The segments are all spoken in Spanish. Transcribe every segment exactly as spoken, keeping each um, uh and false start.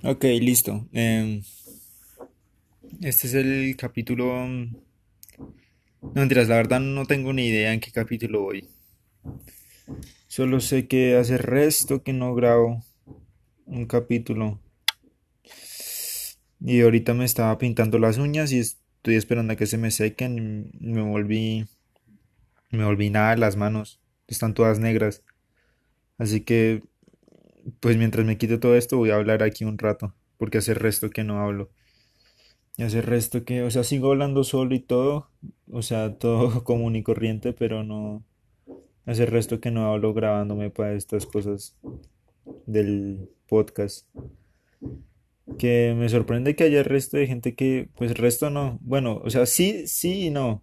Ok, listo. Em, este es el capítulo... mm, No, mentiras, la verdad no tengo ni idea en qué capítulo voy. Solo sé que hace resto que no grabo un capítulo. Y ahorita me estaba pintando las uñas y estoy esperando a que se me sequen. y Me volví... Me volví nada las manos. Están todas negras. Así que, pues mientras me quite todo esto voy a hablar aquí un rato. Porque hace resto que no hablo. Y hace resto que, o sea, sigo hablando solo y todo, o sea, todo común y corriente, pero no, hace resto que no hablo grabándome para estas cosas del podcast. Que me sorprende que haya resto de gente que, pues resto no, bueno, o sea, sí, sí y no.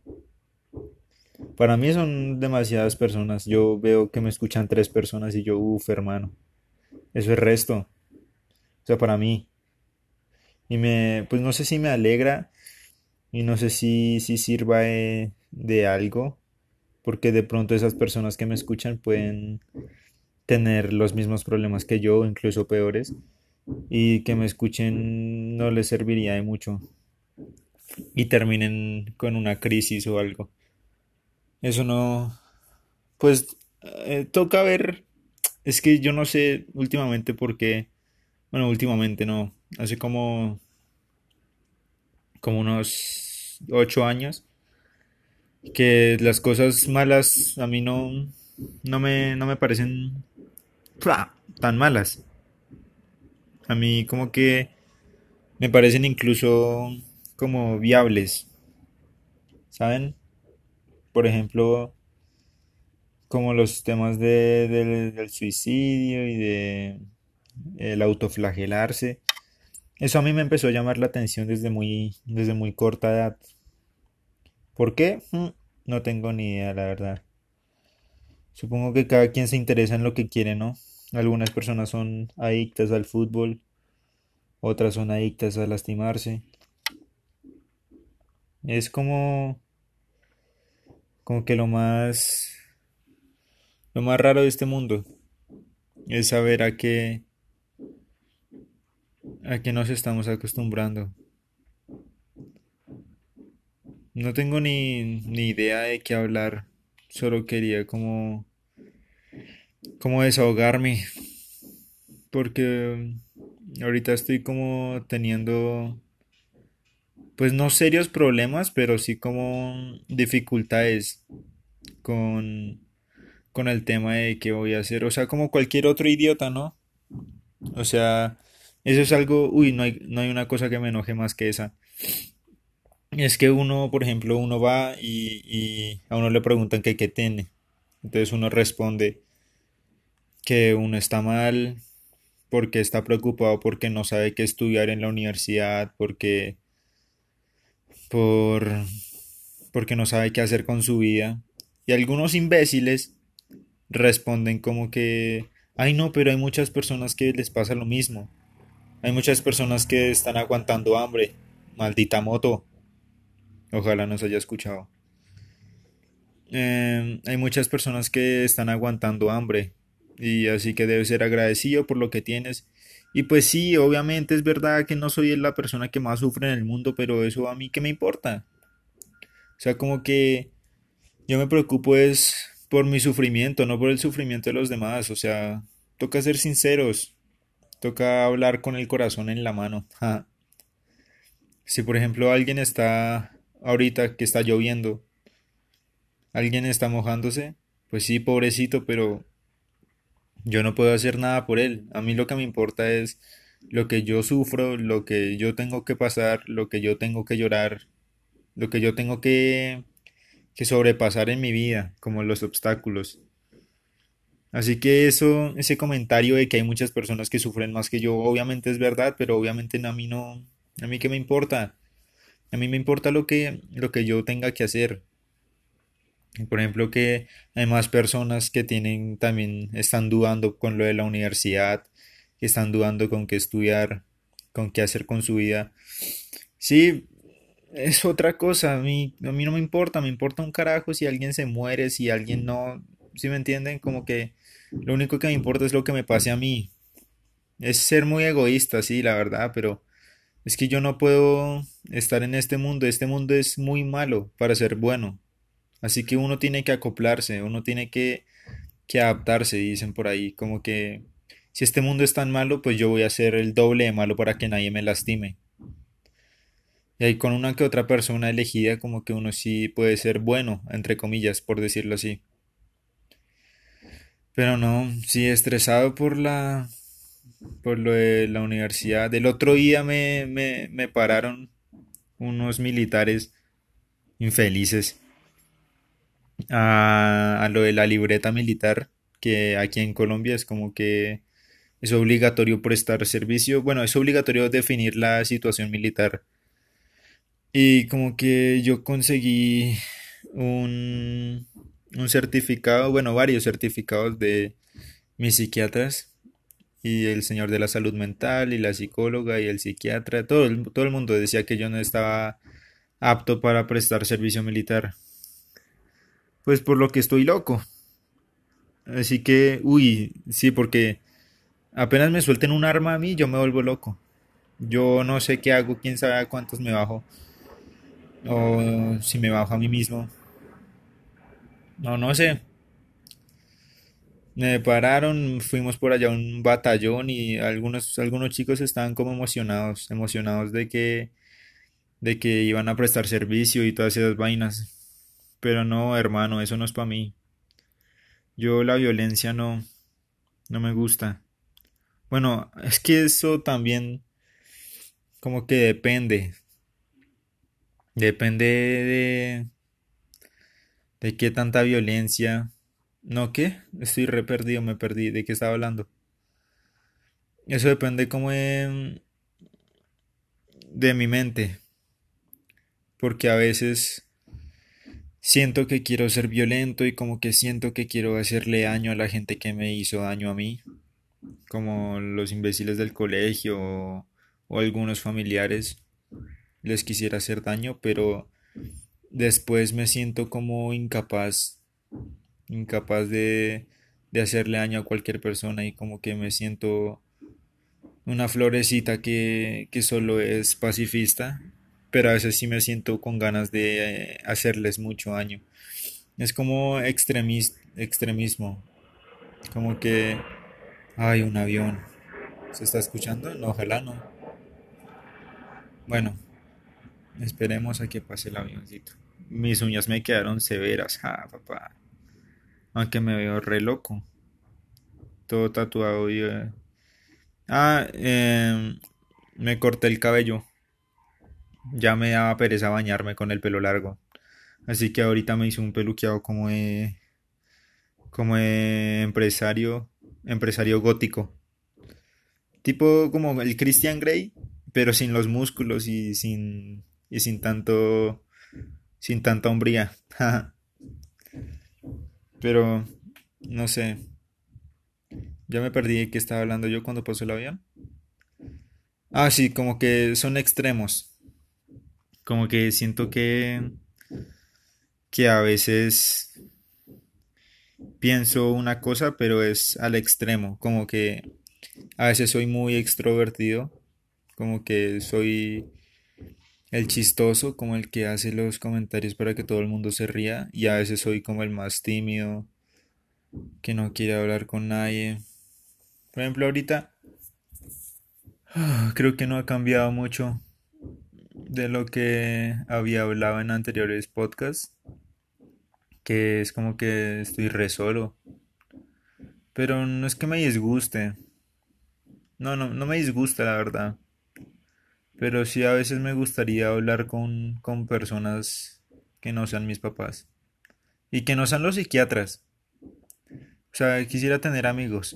Para mí son demasiadas personas. Yo veo que me escuchan tres personas y yo, uff, hermano, eso es resto. O sea, para mí. Y me, pues no sé si me alegra y no sé si, si sirva de, de algo porque de pronto esas personas que me escuchan pueden tener los mismos problemas que yo, incluso peores, y que me escuchen no les serviría de mucho y terminen con una crisis o algo. Eso no, pues eh, toca ver, es que yo no sé últimamente por qué, bueno, últimamente no, hace como, como unos ocho años, que las cosas malas a mí no, no me, no me parecen ¡fua! Tan malas. A mí como que me parecen incluso como viables, ¿saben? Por ejemplo, como los temas de, del del suicidio y de el autoflagelarse. Eso a mí me empezó a llamar la atención desde muy, desde muy corta edad. ¿Por qué? Mm, No tengo ni idea, la verdad. Supongo que cada quien se interesa en lo que quiere, ¿no? Algunas personas son adictas al fútbol, otras son adictas a lastimarse. Es como, como que lo más Lo más raro de este mundo es saber a qué, a qué nos estamos acostumbrando. No tengo ni, ni idea de qué hablar, solo quería como, como desahogarme, porque ahorita estoy como teniendo, pues no serios problemas, pero sí como dificultades con, con el tema de qué voy a hacer. O sea, como cualquier otro idiota, ¿no? O sea, eso es algo, uy, no hay, no hay una cosa que me enoje más que esa. Es que uno, por ejemplo, uno va y, y a uno le preguntan que qué tiene. Entonces uno responde que uno está mal porque está preocupado porque no sabe qué estudiar en la universidad, porque por porque no sabe qué hacer con su vida. Y algunos imbéciles responden como que, ay no, pero hay muchas personas que les pasa lo mismo. Hay muchas personas que están aguantando hambre. Maldita moto. Ojalá nos haya escuchado. Eh, hay muchas personas que están aguantando hambre y así que debes ser agradecido por lo que tienes. Y pues sí, obviamente es verdad que no soy la persona que más sufre en el mundo, pero eso a mí qué me importa. O sea, como que yo me preocupo es por mi sufrimiento, no por el sufrimiento de los demás. O sea, toca ser sinceros, toca hablar con el corazón en la mano. Ja. Si por ejemplo alguien está ahorita que está lloviendo, alguien está mojándose, pues sí, pobrecito, pero yo no puedo hacer nada por él. A mí lo que me importa es lo que yo sufro, lo que yo tengo que pasar, lo que yo tengo que llorar, lo que yo tengo que, que sobrepasar en mi vida, como los obstáculos. Así que eso, ese comentario de que hay muchas personas que sufren más que yo, obviamente es verdad, pero obviamente a mí no, a mí qué me importa. A mí me importa lo que, lo que yo tenga que hacer. Por ejemplo, que hay más personas que tienen también están dudando con lo de la universidad, que están dudando con qué estudiar, con qué hacer con su vida. Sí, es otra cosa. A mí, a mí no me importa, me importa un carajo si alguien se muere, si alguien no. ¿Sí me entienden? Como que lo único que me importa es lo que me pase a mí. es ser muy egoísta, sí, la verdad, pero es que yo no puedo estar en este mundo. Este mundo es muy malo para ser bueno. Así que uno tiene que acoplarse, uno tiene que, que adaptarse, dicen por ahí, como que si este mundo es tan malo, pues yo voy a ser el doble de malo para que nadie me lastime. Y ahí con una que otra persona elegida, como que uno sí puede ser bueno, entre comillas, por decirlo así. Pero no, sí, estresado por la, por lo de la universidad. El otro día me, me, me pararon unos militares infelices a, a lo de la libreta militar, que aquí en Colombia es como que es obligatorio prestar servicio. Bueno, es obligatorio definir la situación militar. Y como que yo conseguí un, un certificado, bueno, varios certificados de mis psiquiatras y el señor de la salud mental y la psicóloga y el psiquiatra. Todo el, todo el mundo decía que yo no estaba apto para prestar servicio militar. Pues por lo que estoy loco. Así que, uy, sí, porque apenas me suelten un arma a mí, yo me vuelvo loco. Yo no sé qué hago, quién sabe a cuántos me bajo. O si me bajo a mí mismo. No, no sé. Me pararon, fuimos por allá a un batallón y algunos, algunos chicos estaban como emocionados, emocionados de que, de que iban a prestar servicio y todas esas vainas. Pero no, hermano, eso no es para mí. Yo la violencia no, no me gusta. Bueno, es que eso también como que depende. Depende de, de qué tanta violencia. ¿No qué? Estoy re perdido, me perdí. ¿De qué estaba hablando? Eso depende como de, de mi mente. Porque a veces siento que quiero ser violento y como que siento que quiero hacerle daño a la gente que me hizo daño a mí. Como los imbéciles del colegio o, o algunos familiares. Les quisiera hacer daño, pero después me siento como incapaz incapaz de, de hacerle daño a cualquier persona y como que me siento una florecita que, que solo es pacifista, pero a veces sí me siento con ganas de eh, hacerles mucho daño. Es como extremis, extremismo, como que hay un avión. ¿Se está escuchando? No, ojalá no. Bueno, esperemos a que pase el avioncito. Mis uñas me quedaron severas, ja, papá. Aunque me veo re loco, todo tatuado y eh, Ah, em, me corté el cabello. Ya me daba pereza bañarme con el pelo largo. Así que ahorita me hice un peluqueado como de, como de empresario, empresario gótico. Tipo como el Christian Grey, pero sin los músculos y sin, y sin tanto, sin tanta hombría. Pero, no sé, ya me perdí de qué estaba hablando yo cuando pasó el avión. Ah, sí, como que son extremos. Como que siento que, que a veces pienso una cosa, pero es al extremo, como que a veces soy muy extrovertido, como que soy el chistoso, como el que hace los comentarios para que todo el mundo se ría, y a veces soy como el más tímido, que no quiere hablar con nadie. Por ejemplo, ahorita creo que no ha cambiado mucho de lo que había hablado en anteriores podcasts, que es como que estoy re solo, pero no es que me disguste, no, no, no me disgusta la verdad. Pero sí a veces me gustaría hablar con, con personas que no sean mis papás. Y que no sean los psiquiatras. O sea, quisiera tener amigos.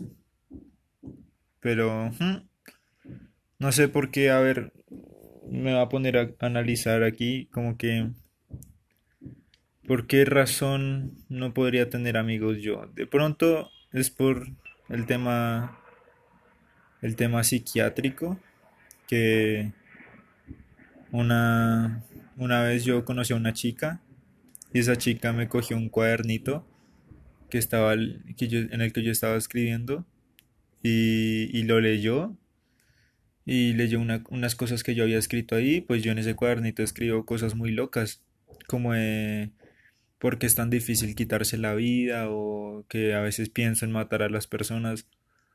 Pero hmm, no sé por qué, a ver, me va a poner a analizar aquí como que por qué razón no podría tener amigos yo. De pronto es por el tema, el tema psiquiátrico, que una, una vez yo conocí a una chica y esa chica me cogió un cuadernito que estaba que yo, en el que yo estaba escribiendo y, y lo leyó y leyó una- unas cosas que yo había escrito ahí, pues yo en ese cuadernito escribo cosas muy locas, como de por qué es tan difícil quitarse la vida o que a veces pienso en matar a las personas,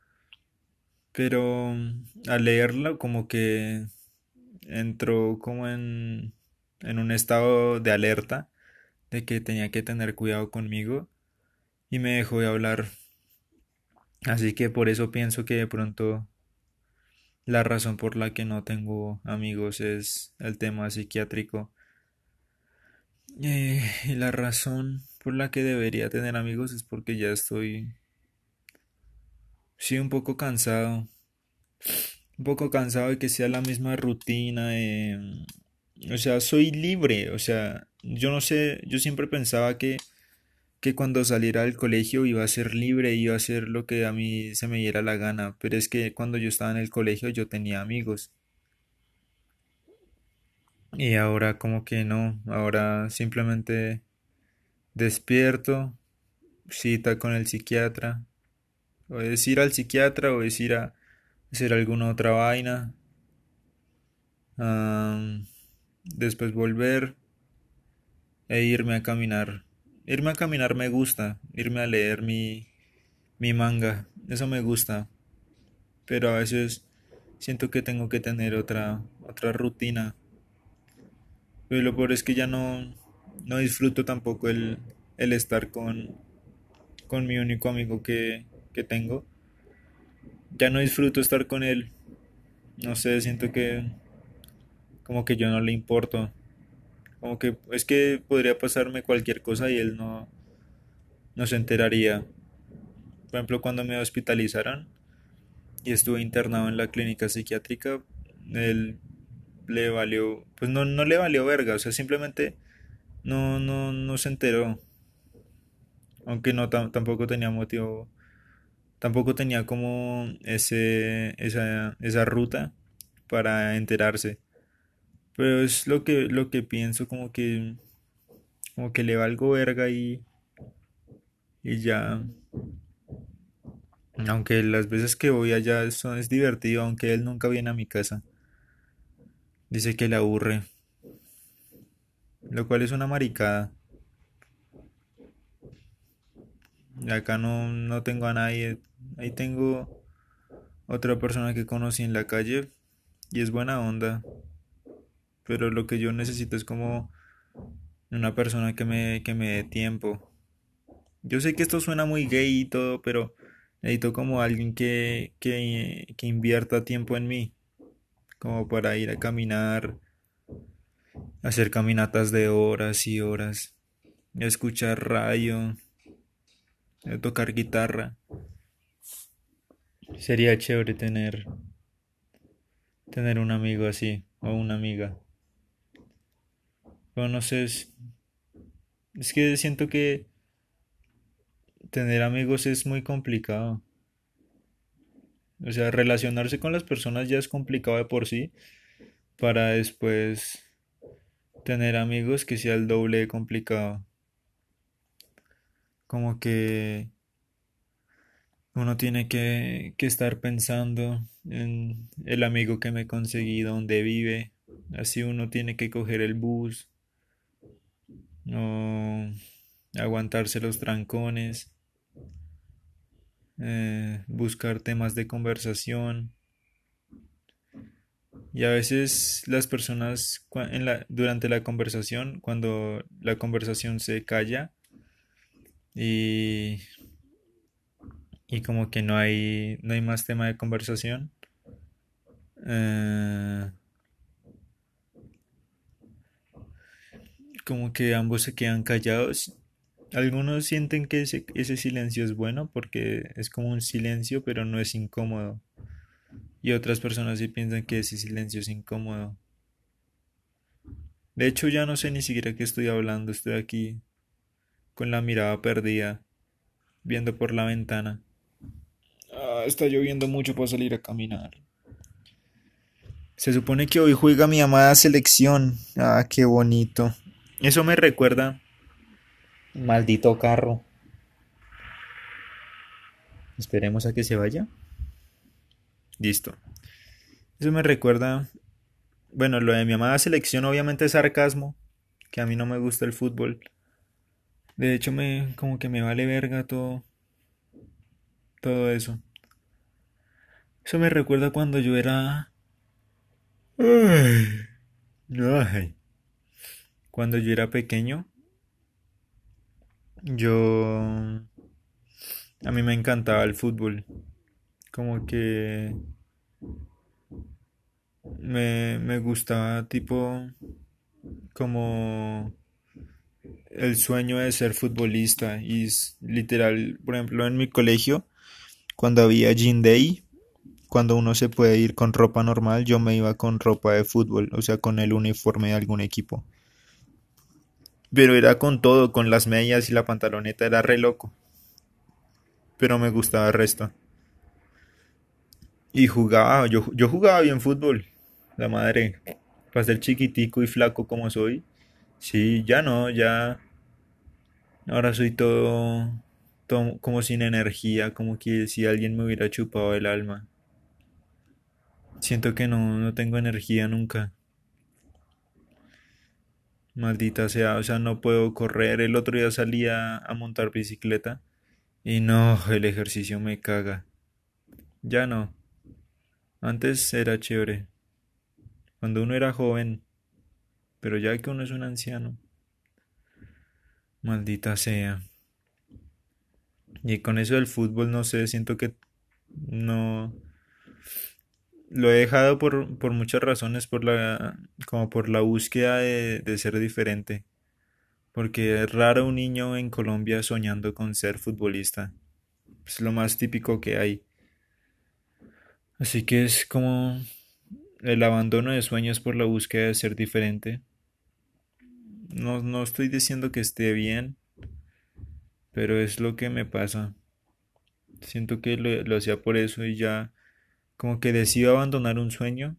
pero al leerlo como que entró como en, en un estado de alerta de que tenía que tener cuidado conmigo y me dejó de hablar. Así que por eso pienso que de pronto la razón por la que no tengo amigos es el tema psiquiátrico. Eh, y la razón por la que debería tener amigos es porque ya estoy, sí, un poco cansado. Un poco cansado de que sea la misma rutina. De- o sea, soy libre. O sea, yo no sé, yo siempre pensaba que, que cuando saliera del colegio iba a ser libre, iba a hacer lo que a mí se me diera la gana. Pero es que cuando yo estaba en el colegio yo tenía amigos. Y ahora como que no, ahora simplemente despierto, cita con el psiquiatra, o es ir al psiquiatra o es ir a hacer alguna otra vaina, am, después volver e irme a caminar. Irme a caminar me gusta, irme a leer mi, mi manga, eso me gusta, pero a veces siento que tengo que tener otra, otra rutina. Pero lo peor es que ya no, no disfruto tampoco el, el estar con, con mi único amigo que, que tengo. Ya no disfruto estar con él. No sé, siento que como que yo no le importo. Como que es que podría pasarme cualquier cosa y él no, no se enteraría. Por ejemplo, cuando me hospitalizaron y estuve internado en la clínica psiquiátrica, él le valió, pues no, no le valió verga, o sea, simplemente no, no, no se enteró. Aunque no tam- tampoco tenía motivo, tampoco tenía como ese, esa, esa ruta para enterarse. Pero es lo que, lo que pienso, como que, como que le valgo verga y, y ya. Aunque las veces que voy allá son, es divertido, aunque él nunca viene a mi casa. Dice que le aburre, lo cual es una maricada. Acá no, no tengo a nadie. Ahí tengo otra persona que conocí en la calle y es buena onda. Pero lo que yo necesito es como una persona que me, que me dé tiempo. Yo sé que esto suena muy gay y todo, pero necesito como alguien que, que, que invierta tiempo en mí, como para ir a caminar, hacer caminatas de horas y horas, escuchar radio, eh, tocar guitarra. Sería chévere tener, tener un amigo así, o una amiga. Pero no sé, es, es que siento que tener amigos es muy complicado. O sea, relacionarse con las personas ya es complicado de por sí, para después tener amigos que sea el doble de complicado. Como que uno tiene que, que estar pensando en el amigo que me conseguí, dónde vive. Así uno tiene que coger el bus, no aguantarse los trancones, eh, buscar temas de conversación. Y a veces las personas cua- en la, durante la conversación, cuando la conversación se calla y, y como que no hay, no hay más tema de conversación, eh, como que ambos se quedan callados. Algunos sienten que ese, ese silencio es bueno porque es como un silencio, pero no es incómodo. Y otras personas sí piensan que ese silencio es incómodo. De hecho, ya no sé ni siquiera qué estoy hablando. Estoy aquí con la mirada perdida, viendo por la ventana. Ah, está lloviendo mucho para salir a caminar. Se supone que hoy juega mi amada selección. Ah, qué bonito. Eso me recuerda. Maldito carro. Esperemos a que se vaya. Listo. Eso me recuerda, bueno, lo de mi amada selección obviamente es sarcasmo, que a mí no me gusta el fútbol. De hecho, me como que me vale verga todo, todo eso. Eso me recuerda cuando yo era... Ay, ay. Cuando yo era pequeño, yo... A mí me encantaba el fútbol. Como que me, me gustaba tipo como el sueño de ser futbolista. Y es literal, por ejemplo, en mi colegio, cuando había Gym Day, cuando uno se puede ir con ropa normal, yo me iba con ropa de fútbol, o sea, con el uniforme de algún equipo. Pero era con todo, con las medias y la pantaloneta, era re loco. Pero me gustaba el resto. Y jugaba, yo, yo jugaba bien fútbol. La madre, para ser chiquitico y flaco como soy. Sí, ya no, ya. Ahora soy todo, todo como sin energía, como que si alguien me hubiera chupado el alma. Siento que no, no tengo energía nunca. Maldita sea, o sea, no puedo correr. El otro día salía a montar bicicleta y no, el ejercicio me caga. Ya no. Antes era chévere. Cuando uno era joven, pero ya que uno es un anciano. Maldita sea. Y con eso del fútbol, no sé, siento que no... Lo he dejado por, por muchas razones, por la, como por la búsqueda de, de ser diferente. Porque es raro un niño en Colombia soñando con ser futbolista. Es lo más típico que hay. Así que es como el abandono de sueños por la búsqueda de ser diferente. No, no estoy diciendo que esté bien, pero es lo que me pasa. Siento que lo, lo hacía por eso y ya como que decido abandonar un sueño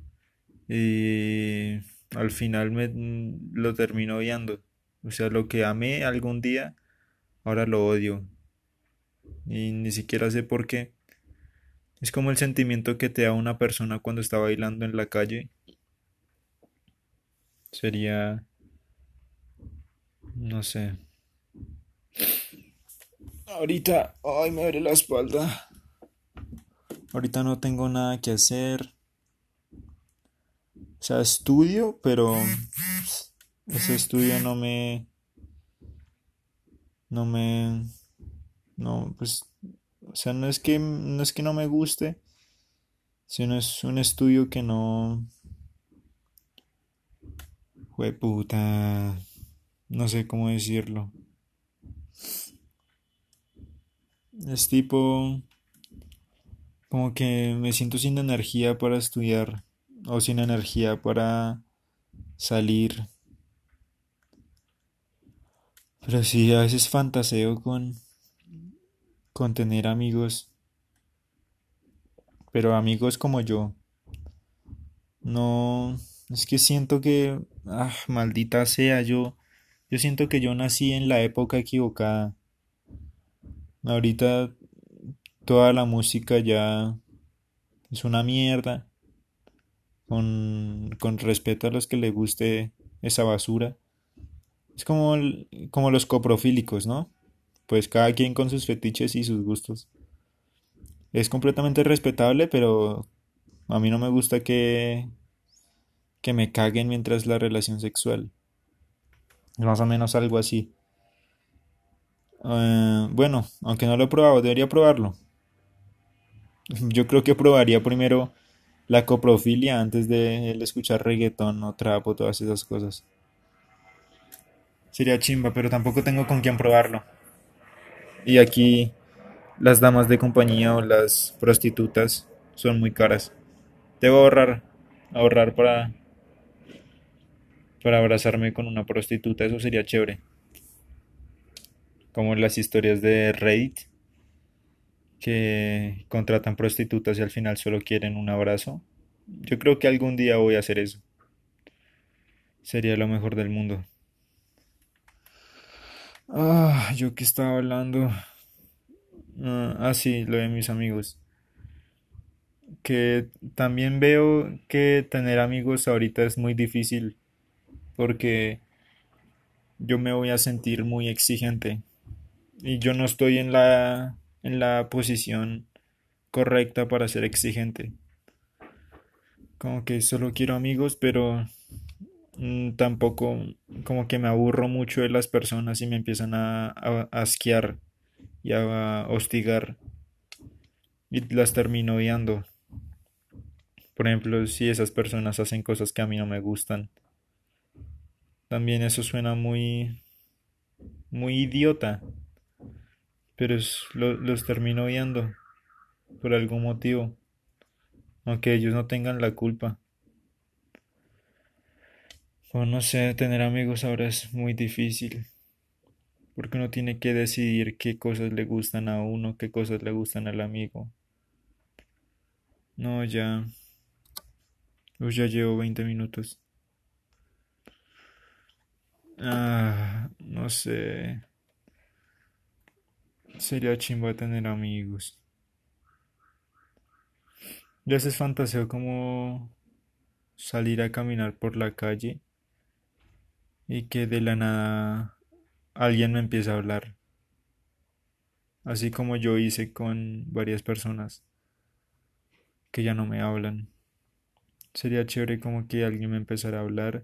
y al final me mm, lo termino odiando. O sea, lo que amé algún día, ahora lo odio. Y ni siquiera sé por qué. Es como el sentimiento que te da una persona cuando está bailando en la calle. Sería, no sé. Ahorita, ay, me duele la espalda. Ahorita no tengo nada que hacer. O sea, estudio, pero ese estudio no me, no me, no, pues, o sea, no es que, no es que no me guste, sino es un estudio que no, puta, no sé cómo decirlo. Es tipo, como que me siento sin energía para estudiar o sin energía para salir. Pero sí, a veces fantaseo con, con tener amigos, pero amigos como yo. No, es que siento que, ah, maldita sea, yo, yo siento que yo nací en la época equivocada. Ahorita toda la música ya es una mierda, con, con respeto a los que les guste esa basura. Es como, el- como los coprofílicos, ¿no? Pues cada quien con sus fetiches y sus gustos. Es completamente respetable, pero a mí no me gusta que, que me caguen mientras la relación sexual. Es más o menos algo así. Eh, bueno, aunque no lo he probado, debería probarlo. Yo creo que probaría primero la coprofilia antes de el escuchar reggaetón o trap o todas esas cosas. Sería chimba, pero tampoco tengo con quién probarlo. Y aquí las damas de compañía o las prostitutas son muy caras. Debo ahorrar, ahorrar para, para abrazarme con una prostituta, eso sería chévere. Como las historias de Reddit, que contratan prostitutas y al final solo quieren un abrazo. Yo creo que algún día voy a hacer eso. Sería lo mejor del mundo. Ah, yo que estaba hablando. Ah, ah, sí, lo de mis amigos. que también veo que tener amigos ahorita es muy difícil porque yo me voy a sentir muy exigente y yo no estoy en la en la posición correcta para ser exigente. Como que solo quiero amigos, pero mm, tampoco como que me aburro mucho de las personas y me empiezan a, a asquear y a hostigar y las termino odiando. Por ejemplo, si esas personas hacen cosas que a mí no me gustan, también eso suena muy, muy idiota, pero es- lo- los termino odiando por algún motivo, aunque ellos no tengan la culpa. O no sé, tener amigos ahora es muy difícil, porque uno tiene que decidir qué cosas le gustan a uno, qué cosas le gustan al amigo. No, ya, pues ya llevo veinte minutos. Ah, no sé, sería chimba tener amigos. Yo a veces fantaseo como salir a caminar por la calle y que de la nada alguien me empieza a hablar, así como yo hice con varias personas que ya no me hablan. Sería chévere como que alguien me empezara a hablar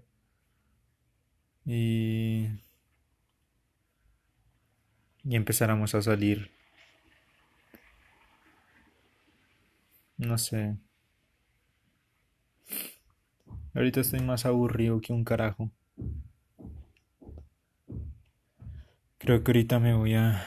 y, y empezáramos a salir. No sé, ahorita estoy más aburrido que un carajo. Creo que ahorita me voy a,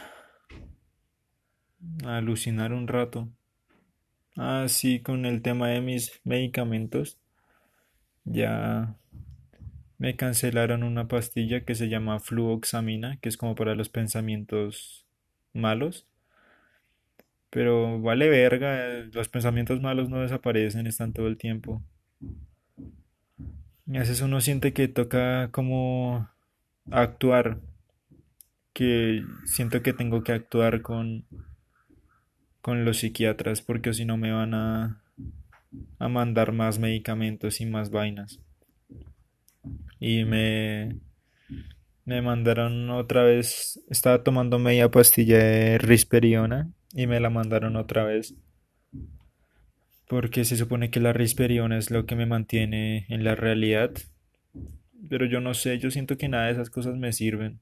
a alucinar un rato. Ah, sí, con el tema de mis medicamentos. Ya me cancelaron una pastilla que se llama fluoxamina, que es como para los pensamientos malos. Pero vale verga, eh, los pensamientos malos no desaparecen, están todo el tiempo. Y a veces uno siente que toca como actuar, que siento que tengo que actuar con, con los psiquiatras porque si no me van a, a mandar más medicamentos y más vainas. Y me, me mandaron otra vez, estaba tomando media pastilla de risperidona y me la mandaron otra vez porque se supone que la risperidona es lo que me mantiene en la realidad, pero yo no sé, yo siento que nada de esas cosas me sirven.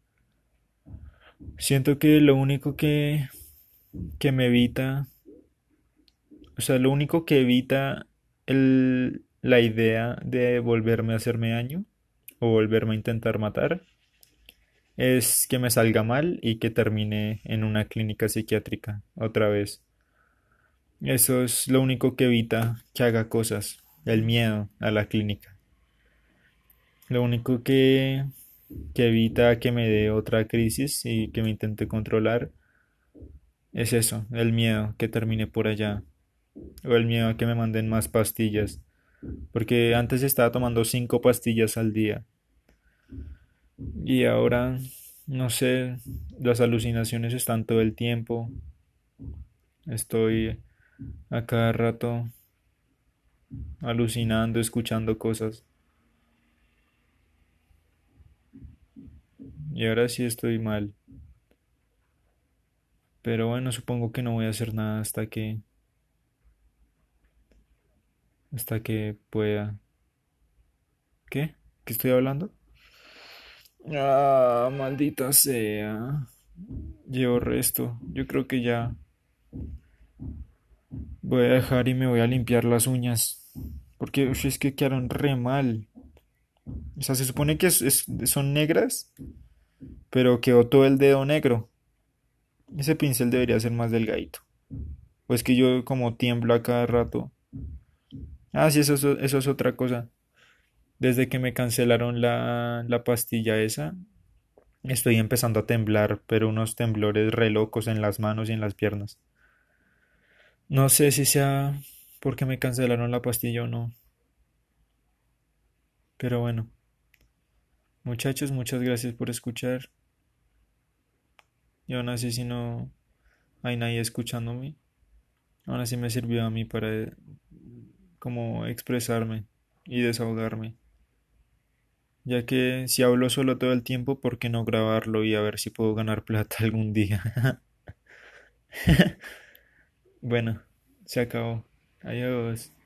Siento que lo único que, que me evita, o sea, lo único que evita el, la idea de volverme a hacerme daño o volverme a intentar matar es que me salga mal y que termine en una clínica psiquiátrica otra vez. Eso es lo único que evita que haga cosas, el miedo a la clínica. Lo único que, que evita que me dé otra crisis y que me intente controlar es eso, el miedo que termine por allá o el miedo a que me manden más pastillas. Porque antes estaba tomando cinco pastillas al día y ahora, no sé, las alucinaciones están todo el tiempo. Estoy a cada rato alucinando, escuchando cosas. Y ahora sí estoy mal. Pero bueno, supongo que no voy a hacer nada hasta que hasta que pueda. ¿Qué? ¿Qué estoy hablando? Ah, maldita sea. Llevo resto. Yo creo que ya voy a dejar y me voy a limpiar las uñas. Porque ush, es que quedaron re mal. O sea, se supone que es- es- son negras, pero quedó todo el dedo negro. Ese pincel debería ser más delgadito. Pues que yo como tiemblo a cada rato. Ah, sí, eso, es o- eso es otra cosa. Desde que me cancelaron la, la pastilla esa, estoy empezando a temblar, pero unos temblores re locos en las manos y en las piernas. No sé si sea porque me cancelaron la pastilla o no, pero bueno, muchachos, muchas gracias por escuchar. Y aún así, si no hay nadie escuchándome, Aún así me sirvió a mí para eh, como expresarme y desahogarme. Ya que si hablo solo todo el tiempo, ¿por qué no grabarlo y a ver si puedo ganar plata algún día? Bueno, se acabó. Adiós.